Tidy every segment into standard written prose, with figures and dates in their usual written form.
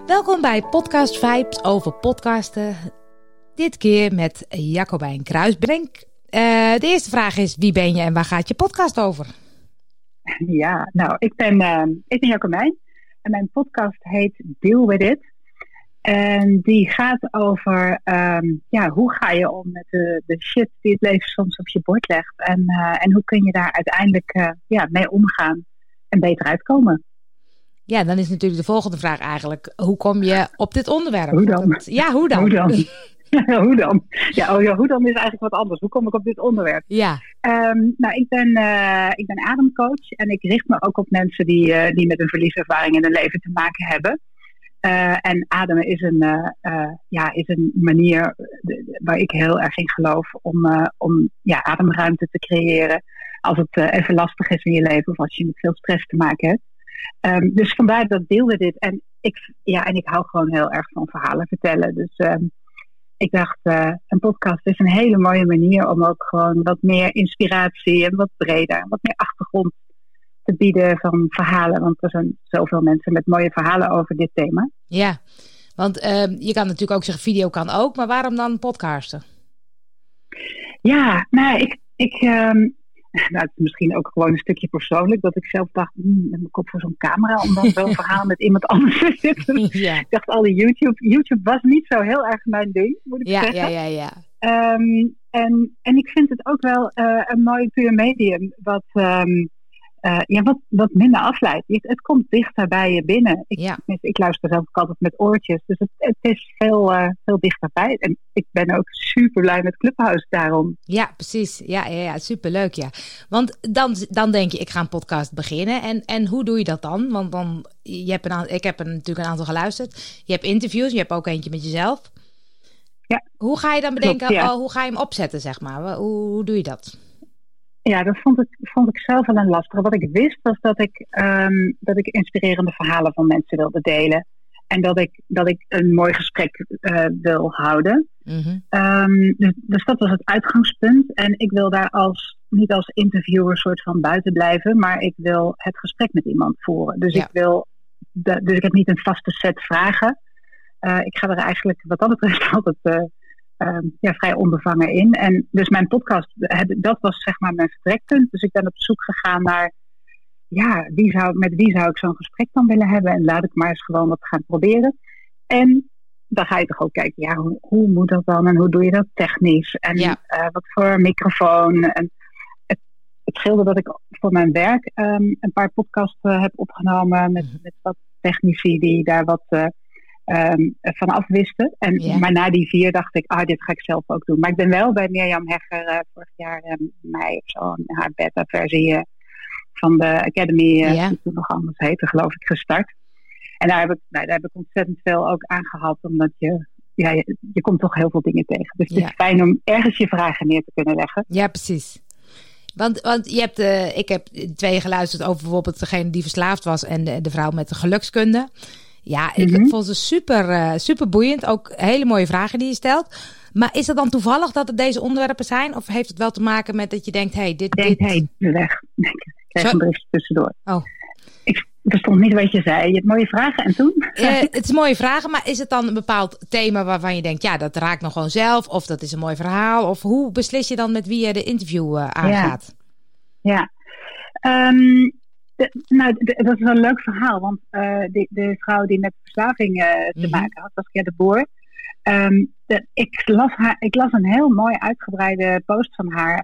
Welkom bij Podcast Vibes over podcasten. Dit keer met Jacobijn Kruisbrink. De eerste vraag is, wie ben je en waar gaat je podcast over? Ja, nou, ik ben Jacobijn en mijn podcast heet Deal With It. En die gaat over hoe ga je om met de shit die het leven soms op je bord legt. En hoe kun je daar uiteindelijk mee omgaan en beter uitkomen. Ja, dan is natuurlijk de volgende vraag eigenlijk, hoe kom je op dit onderwerp? Hoe dan? Hoe dan? Hoe dan? Hoe dan? Hoe dan is eigenlijk wat anders. Hoe kom ik op dit onderwerp? Ja. Ik ben ademcoach en ik richt me ook op mensen die met een verlieservaring in hun leven te maken hebben. En ademen is een manier waar ik heel erg in geloof om ademruimte te creëren als het even lastig is in je leven of als je met veel stress te maken hebt. Dus vandaar dat deelde dit. En ik hou gewoon heel erg van verhalen vertellen. Dus ik dacht, een podcast is een hele mooie manier om ook gewoon wat meer inspiratie en wat breder, wat meer achtergrond te bieden van verhalen. Want er zijn zoveel mensen met mooie verhalen over dit thema. Ja, want je kan natuurlijk ook zeggen, video kan ook, maar waarom dan podcasten? Ja, het is misschien ook gewoon een stukje persoonlijk, dat ik zelf dacht, met mijn kop voor zo'n camera, om dan zo'n verhaal met iemand anders te zitten. Ja. Ik dacht, alle YouTube was niet zo heel erg mijn ding, moet ik zeggen. Ja. En ik vind het ook wel een mooi puur medium, wat minder afleidt. Het komt dichter bij je binnen. Ik luister zelf ook altijd met oortjes, dus het is veel dichterbij. En ik ben ook super blij met Clubhouse daarom. Ja, precies. Ja, superleuk, ja. Want dan denk je, ik ga een podcast beginnen. En hoe doe je dat dan? Want ik heb er natuurlijk een aantal geluisterd. Je hebt interviews, je hebt ook eentje met jezelf. Ja. Hoe ga je dan bedenken, hoe ga je hem opzetten, zeg maar? Hoe doe je dat? Ja, dat vond ik zelf wel een lastige. Wat ik wist was dat ik inspirerende verhalen van mensen wilde delen. En dat ik een mooi gesprek wil houden. Mm-hmm. Dus dat was het uitgangspunt. En ik wil daar niet als interviewer soort van buiten blijven. Maar ik wil het gesprek met iemand voeren. Dus ik heb niet een vaste set vragen. Ik ga er eigenlijk wat dat betreft altijd vrij onbevangen in. En dus mijn podcast, dat was zeg maar mijn vertrekpunt. Dus ik ben op zoek gegaan naar, met wie zou ik zo'n gesprek dan willen hebben? En laat ik maar eens gewoon wat gaan proberen. En dan ga je toch ook kijken, hoe moet dat dan? En hoe doe je dat technisch? En wat voor microfoon? En het scheelde dat ik voor mijn werk een paar podcasts heb opgenomen met wat technici die daar wat van afwisten. Maar na die 4 dacht ik, dit ga ik zelf ook doen. Maar ik ben wel bij Mirjam Hegger vorig jaar mei of zo haar beta-versie van de Academy, die toen nog anders heette, geloof ik, gestart. En daar heb ik ontzettend veel ook aan gehad, omdat je komt toch heel veel dingen tegen. Dus het is fijn om ergens je vragen neer te kunnen leggen. Ja, precies. Want ik heb 2 geluisterd over bijvoorbeeld degene die verslaafd was en de vrouw met de gelukskunde. Ja, ik vond ze super boeiend. Ook hele mooie vragen die je stelt. Maar is het dan toevallig dat het deze onderwerpen zijn? Of heeft het wel te maken met dat je denkt, dit... weg. Ik kreeg een berichtje tussendoor. Oh. Ik verstond niet wat je zei. Je hebt mooie vragen en toen? Het is mooie vragen, maar is het dan een bepaald thema waarvan je denkt, dat raakt nog gewoon zelf? Of dat is een mooi verhaal? Of hoe beslis je dan met wie je de interview aangaat? Ja. Dat is wel een leuk verhaal, want de vrouw die met verslaving te maken had, was Gerda de Boer. Ik las een heel mooi uitgebreide post van haar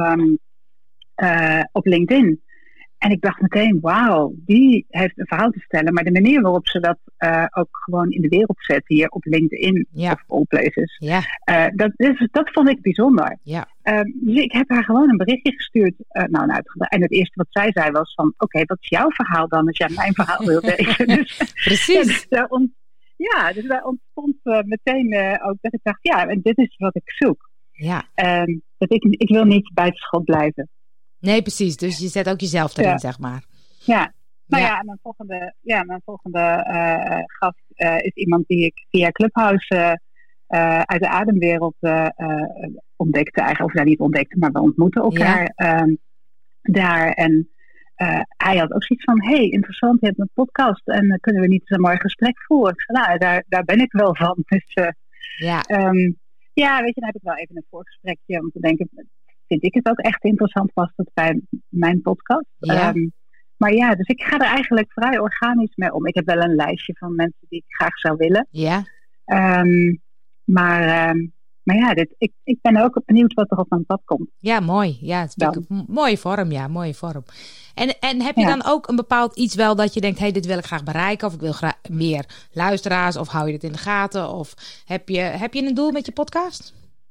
op LinkedIn. En ik dacht meteen, wauw, die heeft een verhaal te stellen. Maar de manier waarop ze dat ook gewoon in de wereld zet hier op LinkedIn of all places. Ja. Dat vond ik bijzonder. Ja. Dus ik heb haar gewoon een berichtje gestuurd. En het eerste wat zij zei was van, oké, wat is jouw verhaal dan als jij mijn verhaal wil weten? Precies. Dus daar ontstond meteen ook dat ik dacht, en dit is wat ik zoek. Ja. Dat ik wil niet buitenschot blijven. Nee, precies. Dus je zet ook jezelf erin, zeg maar. Ja. En mijn volgende gast is iemand die ik via Clubhouse uit de ademwereld ontdekte. Eigenlijk, of niet ontdekte, maar we ontmoeten elkaar daar. En hij had ook zoiets van, hey, interessant, je hebt een podcast en kunnen we niet eens een mooi gesprek voeren? Ik zei, nou, daar ben ik wel van. Dus weet je, dan heb ik wel even een voorgesprekje om te denken, vind ik het ook echt interessant, past het bij mijn podcast? Ja. Maar ja, dus ik ga er eigenlijk vrij organisch mee om. Ik heb wel een lijstje van mensen die ik graag zou willen. Ja. Maar ja, ik ben ook benieuwd wat er op mijn pad komt. Ja, mooi. Ja, het is een mooie vorm. Ja, mooie vorm. En heb je dan ook een bepaald iets wel dat je denkt, hey, dit wil ik graag bereiken, of ik wil graag meer luisteraars, of hou je dit in de gaten, of heb je een doel met je podcast?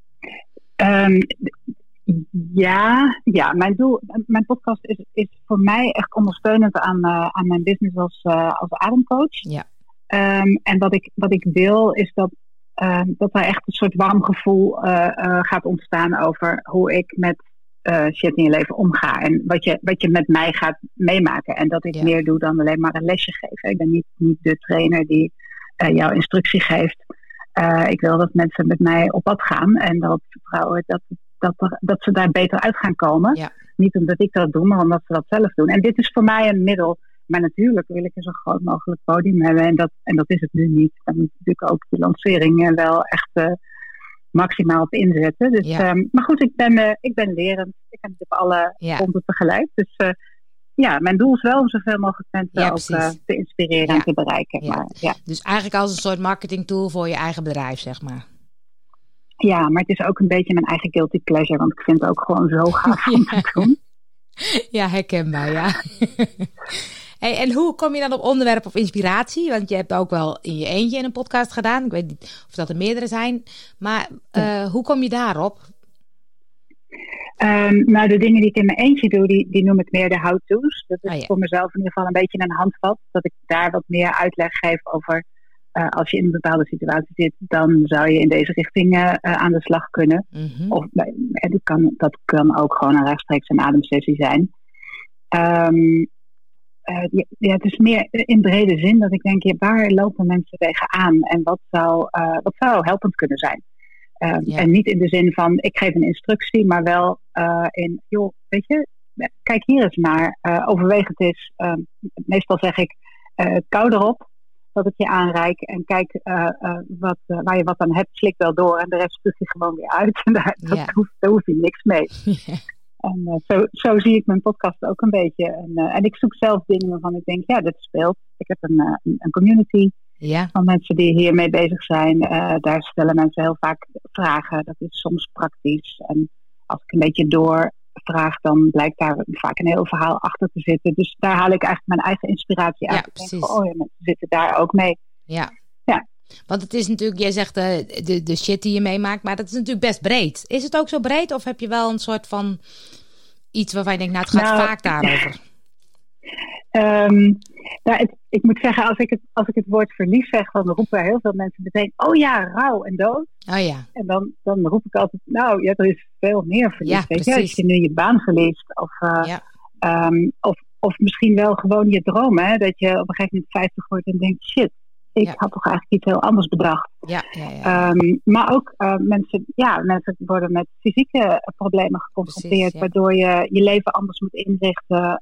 Ja, mijn podcast is voor mij echt ondersteunend aan mijn business als ademcoach. Ja. En wat ik wil is dat er echt een soort warm gevoel gaat ontstaan over hoe ik met shit in je leven omga. En wat je met mij gaat meemaken. En dat ik meer doe dan alleen maar een lesje geven. Ik ben niet de trainer die jou instructie geeft. Ik wil dat mensen met mij op pad gaan en dat vertrouwen dat ze daar beter uit gaan komen. Ja. Niet omdat ik dat doe, maar omdat ze dat zelf doen. En dit is voor mij een middel. Maar natuurlijk wil ik een zo groot mogelijk podium hebben. En dat is het nu niet. Dan moet natuurlijk ook de lancering wel echt maximaal op inzetten. Dus, maar goed, ik ben lerend. Ik heb het op alle fronten tegelijk. Dus mijn doel is wel om zoveel mogelijk mensen ook te inspireren en te bereiken. Ja. Maar, dus eigenlijk als een soort marketingtool voor je eigen bedrijf, zeg maar. Ja, maar het is ook een beetje mijn eigen guilty pleasure. Want ik vind het ook gewoon zo gaaf om te doen. Ja, herkenbaar, ja. Hey, en hoe kom je dan op onderwerp of inspiratie? Want je hebt ook wel in je eentje in een podcast gedaan. Ik weet niet of dat er meerdere zijn. Maar hoe kom je daarop? Nou, de dingen die ik in mijn eentje doe, die noem ik meer de how-to's. Dat is voor mezelf in ieder geval een beetje een handvat. Dat ik daar wat meer uitleg geef over als je in een bepaalde situatie zit, dan zou je in deze richting aan de slag kunnen. Mm-hmm. Of dat kan ook gewoon een rechtstreeks een ademsessie zijn. Het is meer in brede zin dat ik denk, waar lopen mensen tegenaan en wat zou helpend kunnen zijn? En niet in de zin van, ik geef een instructie, maar wel weet je, kijk hier eens naar, overweeg het eens. Meestal zeg ik, kou erop, dat ik je aanreik en kijk waar je wat aan hebt, slik wel door en de rest spuug je gewoon weer uit. En daar hoef je niks mee. Yeah. En zo zie ik mijn podcast ook een beetje. En ik zoek zelf dingen waarvan ik denk, dit speelt. Ik heb een community van mensen die hiermee bezig zijn. Daar stellen mensen heel vaak vragen. Dat is soms praktisch. En als ik een beetje doorvraag, dan blijkt daar vaak een heel verhaal achter te zitten. Dus daar haal ik eigenlijk mijn eigen inspiratie uit. Ik denk, mensen zitten daar ook mee. Ja. Want het is natuurlijk, jij zegt de shit die je meemaakt, maar dat is natuurlijk best breed. Is het ook zo breed of heb je wel een soort van iets waarvan je denkt, het gaat vaak daarover? Ik moet zeggen, als ik het woord verlies zeg, dan roepen heel veel mensen meteen, rouw en dood. Oh ja. En dan roep ik altijd, er is veel meer verlies. Weet je? Als je nu je baan verliest of misschien wel gewoon je dromen, hè, dat je op een gegeven moment 50 wordt en denkt, shit. Ik had toch eigenlijk iets heel anders bedacht. Maar ook mensen worden met fysieke problemen geconfronteerd. Precies, waardoor je je leven anders moet inrichten.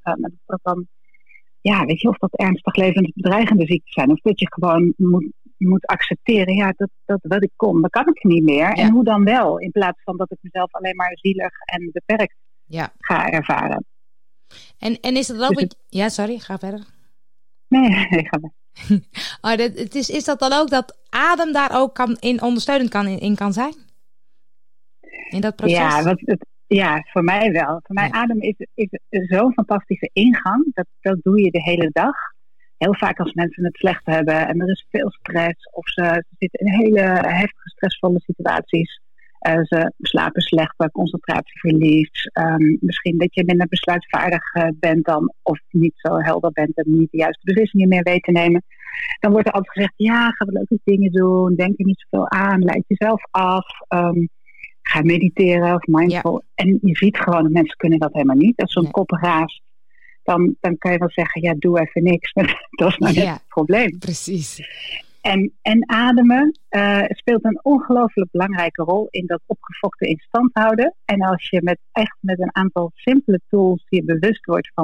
Of dat ernstig levensbedreigende ziekten zijn. Of dat je gewoon moet accepteren. Dat wat ik kom, dat kan ik niet meer. Ja. En hoe dan wel? In plaats van dat ik mezelf alleen maar zielig en beperkt ga ervaren. En is dat ook... Ja, sorry, ga verder. Nee, ga verder. Is dat dan ook dat adem daar ook ondersteunend kan zijn? In dat proces? Voor mij wel. Voor mij adem is zo'n fantastische ingang. Dat doe je de hele dag. Heel vaak als mensen het slecht hebben en er is veel stress of ze zitten in hele heftige, stressvolle situaties. Ze slapen slecht, concentratieverlies. Misschien dat je minder besluitvaardig bent dan, of niet zo helder bent en niet de juiste beslissingen meer weet te nemen. Dan wordt er altijd gezegd, ga leuke dingen doen, denk er niet zoveel aan, leid jezelf af, ga mediteren of mindful. Ja. En je ziet gewoon dat mensen kunnen dat helemaal niet. Als zo'n kop raast, dan kan je wel zeggen, doe even niks. Maar dat is nou net het probleem. Precies. En ademen speelt een ongelooflijk belangrijke rol in dat opgefokte in stand houden. En als je met een aantal simpele tools je bewust wordt van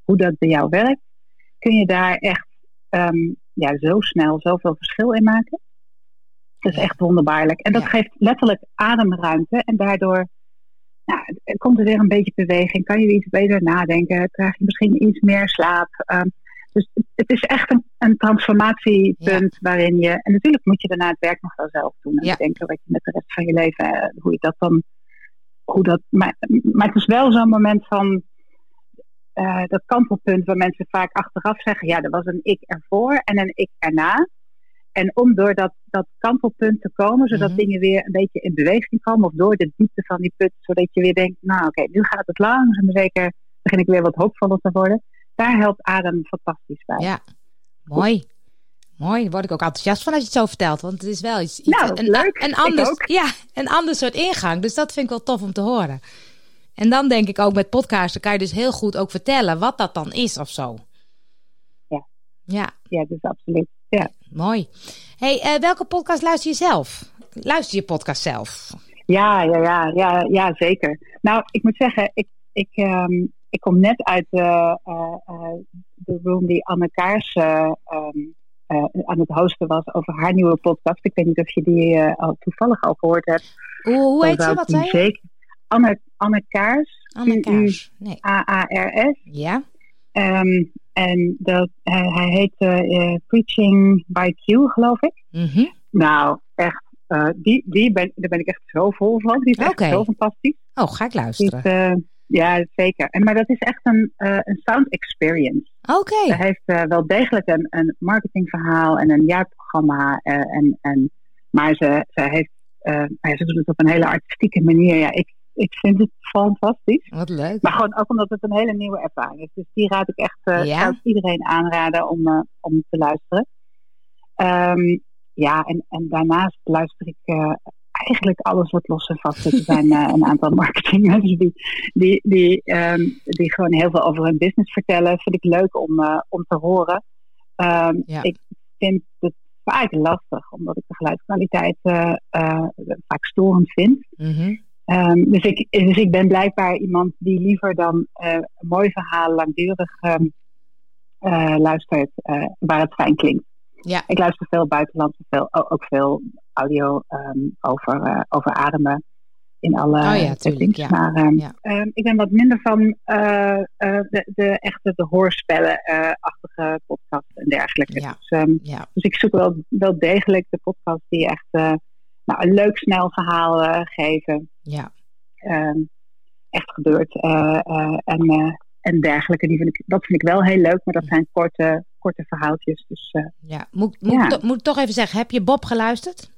hoe dat bij jou werkt, kun je daar echt zo snel zoveel verschil in maken. Dat is echt wonderbaarlijk. En dat geeft letterlijk ademruimte. En daardoor komt er weer een beetje beweging. Kan je iets beter nadenken. Krijg je misschien iets meer slaap. Dus het is echt een transformatiepunt waarin je... En natuurlijk moet je daarna het werk nog wel zelf doen. En denken wat je met de rest van je leven... hoe je dat dan... Maar het is wel zo'n moment van... dat kantelpunt waar mensen vaak achteraf zeggen... ja, er was een ik ervoor en een ik erna. En om door dat kantelpunt te komen... zodat dingen weer een beetje in beweging komen... of door de diepte van die put... zodat je weer denkt... nou oké, nu gaat het langzaam maar zeker... begin ik weer wat hoopvoller te worden... Daar helpt adem fantastisch bij. Ja, mooi. Mooi, daar word ik ook enthousiast van als je het zo vertelt. Want het is wel iets leuk. Een ander soort ingang. Dus dat vind ik wel tof om te horen. En dan denk ik ook met podcasten kan je dus heel goed ook vertellen wat dat dan is of zo. Ja, dus absoluut. Ja. Mooi. Hey, welke podcast luister je zelf? Luister je podcast zelf? Ja, zeker. Nou, ik moet zeggen, ik kom net uit de room die Anne Kaars aan het hosten was over haar nieuwe podcast. Ik weet niet of je die al toevallig al gehoord hebt. Hoe heet ze? Wat zei je? Anne Kaars. Anne Kaars. Nee. AARS. Ja. En hij heet Preaching by Q, geloof ik. Mm-hmm. Nou, echt. Daar ben ik echt zo vol van. Die is echt zo fantastisch. Oh, ga ik luisteren. Ja, zeker. Maar dat is echt een sound experience. Oké. Ze heeft wel degelijk een marketingverhaal en een jaarprogramma. Maar ze doet het op een hele artistieke manier. Ja, ik vind het fantastisch. Wat leuk. Maar gewoon ook omdat het een hele nieuwe ervaring is. Dus die raad ik echt zou ik iedereen aanraden om te luisteren. En daarnaast luister ik... eigenlijk alles wat los en vast zit. Er zijn een aantal marketingmensen die gewoon heel veel over hun business vertellen. Vind ik leuk om te horen. Ik vind het vaak lastig, omdat ik de geluidskwaliteit vaak storend vind. Mm-hmm. Dus ik ben blijkbaar iemand die liever dan een mooi verhaal langdurig luistert waar het fijn klinkt. Ja. Ik luister veel buitenland, ook veel audio over ademen in alle settings. Ja. Maar ik ben wat minder van de hoorspellen-achtige podcasts en dergelijke. Ja. Dus ik zoek wel degelijk de podcasts die echt een leuk snel verhaal geven. Ja. Echt gebeurt. En dergelijke. Dat vind ik wel heel leuk, maar dat zijn korte verhaaltjes. Dus, Moet ik toch even zeggen, heb je Bob geluisterd?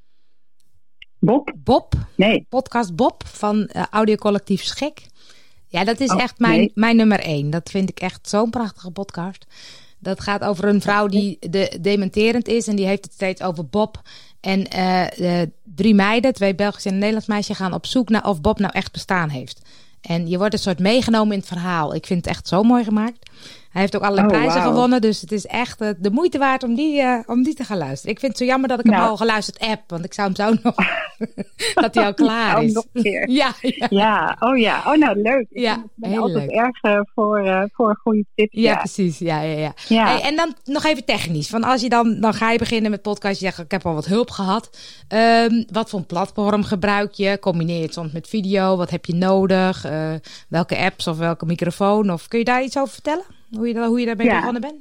Bob? Nee. Podcast Bob van Audiocollectief Schik. Ja, dat is echt mijn nummer 1. Dat vind ik echt zo'n prachtige podcast. Dat gaat over een vrouw die dementerend is en die heeft het steeds over Bob. En 3 meiden, 2 Belgische en een Nederlands meisje, gaan op zoek naar of Bob nou echt bestaan heeft. En je wordt een soort meegenomen in het verhaal. Ik vind het echt zo mooi gemaakt. Hij heeft ook allerlei prijzen gewonnen. Dus het is echt de moeite waard om die te gaan luisteren. Ik vind het zo jammer dat ik hem al geluisterd heb. Want ik zou hem zo nog... dat hij al klaar is. Nog een keer. Ja. Oh, nou leuk. Ja, ik ben altijd erg voor goede tips. Ja, precies. Ja. Hey, en dan nog even technisch. Van als je dan ga je beginnen met podcast. Je zegt, ik heb al wat hulp gehad. Wat voor een platform gebruik je? Combineer je het soms met video? Wat heb je nodig? Welke apps of welke microfoon? Of kun je daar iets over vertellen? Hoe je daarmee begonnen bent?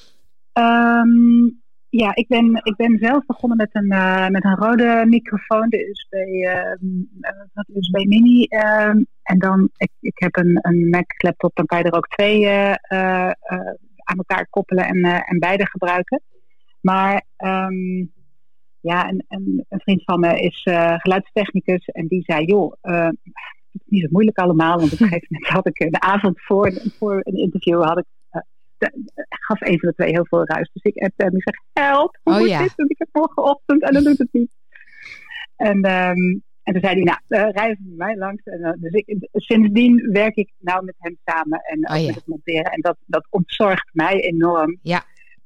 Ik ben zelf begonnen met een rode microfoon, de USB Mini. En dan, ik heb een Mac laptop, dan kan je er ook 2 aan elkaar koppelen en beide gebruiken. Maar een vriend van me is geluidstechnicus en die zei, het is niet zo moeilijk allemaal. Want op een gegeven moment had ik de avond voor een interview gaf een van de 2 heel veel ruis. Dus ik appte hem en ik zeg, help, hoe moet dit doen? Ik heb morgenochtend en dan doet het niet. En toen zei hij, rij even bij mij langs. En, dus sindsdien werk ik nou met hem samen en met het monteren. En dat ontzorgt mij enorm. Ja.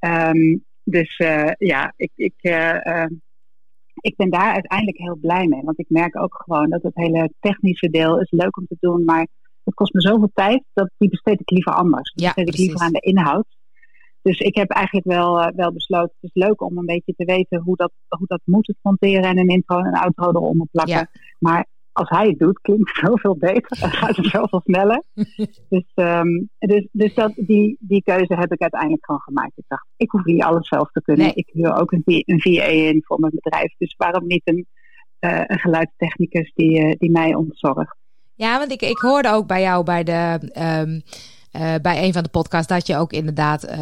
Ik ben daar uiteindelijk heel blij mee. Want ik merk ook gewoon dat het hele technische deel is leuk om te doen. Maar dat kost me zoveel tijd, dat die besteed ik liever anders. Ja, besteed ik liever aan de inhoud. Dus ik heb eigenlijk wel besloten, het is leuk om een beetje te weten hoe dat moet, het monteren en een intro en een outro eronder plakken. Ja. Maar als hij het doet, klinkt het zoveel beter en gaat het zoveel sneller. Dus die keuze heb ik uiteindelijk gewoon gemaakt. Ik dacht, ik hoef niet alles zelf te kunnen. Nee. Ik huur ook een VA in voor mijn bedrijf. Dus waarom niet een geluidstechnicus die mij ontzorgt. Ja, want ik hoorde ook bij jou bij een van de podcasts dat je ook inderdaad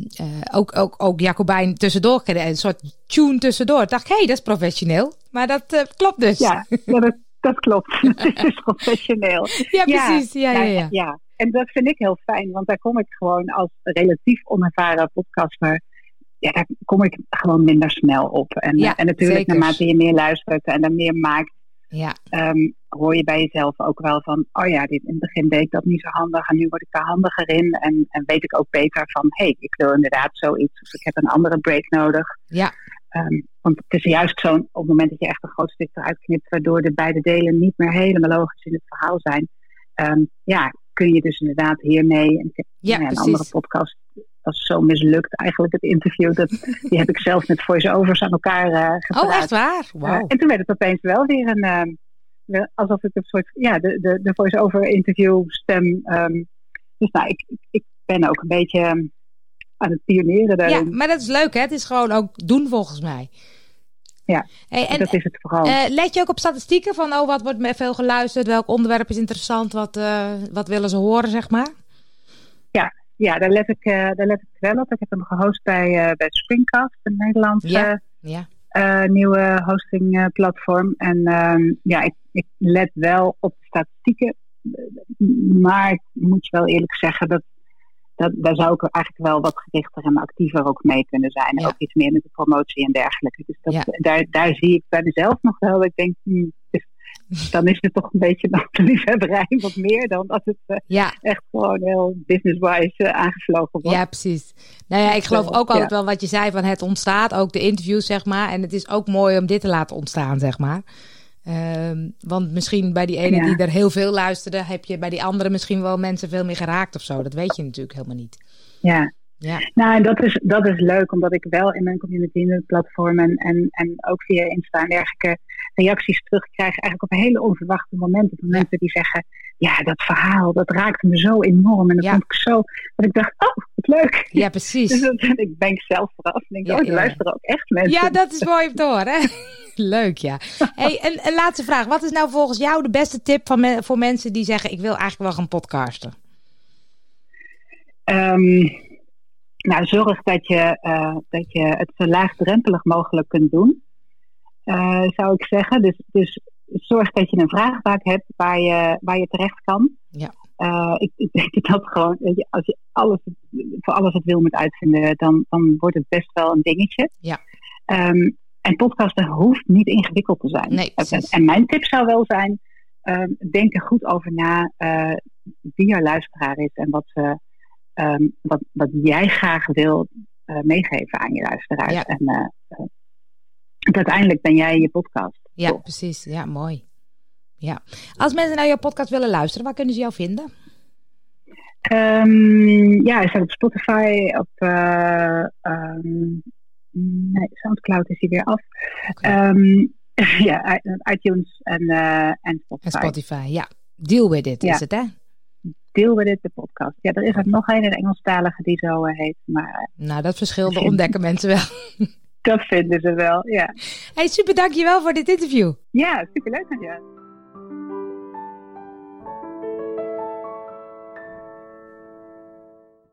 ook Jacobijn tussendoor kreeg. Een soort tune tussendoor. Ik dacht, dat is professioneel. Maar dat klopt dus. Ja, dat klopt. Het is professioneel. Ja, precies. Ja. En dat vind ik heel fijn, want daar kom ik gewoon als relatief onervaren podcaster. Ja, daar kom ik gewoon minder snel op. En natuurlijk, zeker. Naarmate je meer luistert en er meer maakt, hoor je bij jezelf ook wel van, in het begin deed ik dat niet zo handig en nu word ik daar handiger in. En weet ik ook beter van, ik wil inderdaad zoiets, of ik heb een andere break nodig. Ja. Want het is juist zo'n, op het moment dat je echt een groot stuk eruit knipt, waardoor de beide delen niet meer helemaal logisch in het verhaal zijn, kun je dus inderdaad hiermee, en ik heb een andere podcast, was zo mislukt eigenlijk het interview, die heb ik zelf met voice-overs aan elkaar gepraat. Oh, echt waar? Wow. En toen werd het opeens wel weer alsof ik een soort, de voice-over interview stem. Dus ik ben ook een beetje aan het pionieren daarin. Ja, maar dat is leuk, hè? Het is gewoon ook doen volgens mij. Ja, en dat is het vooral. Let je ook op statistieken van, wat wordt veel geluisterd, welk onderwerp is interessant, wat willen ze horen, zeg maar? Ja, daar let ik wel op. Ik heb hem gehost bij Springcast, een Nederlandse nieuwe hostingplatform. En ik let wel op de statistieken. Maar ik moet je wel eerlijk zeggen dat daar zou ik eigenlijk wel wat gerichter en actiever ook mee kunnen zijn. En ook iets meer met de promotie en dergelijke. Dus daar zie ik bij mezelf nog wel. Ik denk, dan is het toch een beetje nog de liefhebberij wat meer dan dat het echt gewoon heel business-wise aangevlogen wordt. Ja, precies. Nou ja, ik geloof ook altijd wel wat je zei van het ontstaat, ook de interviews, zeg maar. En het is ook mooi om dit te laten ontstaan, zeg maar. Want misschien bij die ene die er heel veel luisterde, heb je bij die andere misschien wel mensen veel meer geraakt of zo. Dat weet je natuurlijk helemaal niet. Ja. Nou, en dat is leuk, omdat ik wel in mijn community, in het platform en ook via Insta en dergelijke reacties terugkrijg, eigenlijk op hele onverwachte momenten van mensen die zeggen, dat verhaal, dat raakte me zo enorm en dat vond ik zo, dat ik dacht, wat leuk. Ja, precies. Dus ik ben zelf verrast en denk, er luisteren ook echt mensen. Ja, dat is mooi om te horen, hè? Leuk, ja. Hey, een laatste vraag. Wat is nou volgens jou de beste tip voor mensen die zeggen, ik wil eigenlijk wel gaan podcasten? Nou, zorg dat je het zo laagdrempelig mogelijk kunt doen, zou ik zeggen. Dus zorg dat je een vraagbaak hebt waar je terecht kan. Ja. Ik denk dat gewoon, als je voor alles het wil moet uitvinden, dan wordt het best wel een dingetje. Ja. En podcasten hoeft niet ingewikkeld te zijn. Nee, en mijn tip zou wel zijn, denk er goed over na wie jouw luisteraar is en wat jij graag wil meegeven aan je luisteraars. Ja. En uiteindelijk ben jij je podcast. Ja, precies. Ja, mooi. Ja. Als mensen naar jouw podcast willen luisteren, waar kunnen ze jou vinden? Hij staat op Spotify, op Soundcloud is hij weer af. Okay. iTunes en Spotify. En Spotify, ja. Deal with it, is het, hè? Deal with it, de podcast. Ja, er is ook nog een Engelstalige die zo heet. Maar, dat verschil ontdekken mensen wel. Dat vinden ze wel, ja. Hey, super, dankjewel voor dit interview. Ja, superleuk aan jou.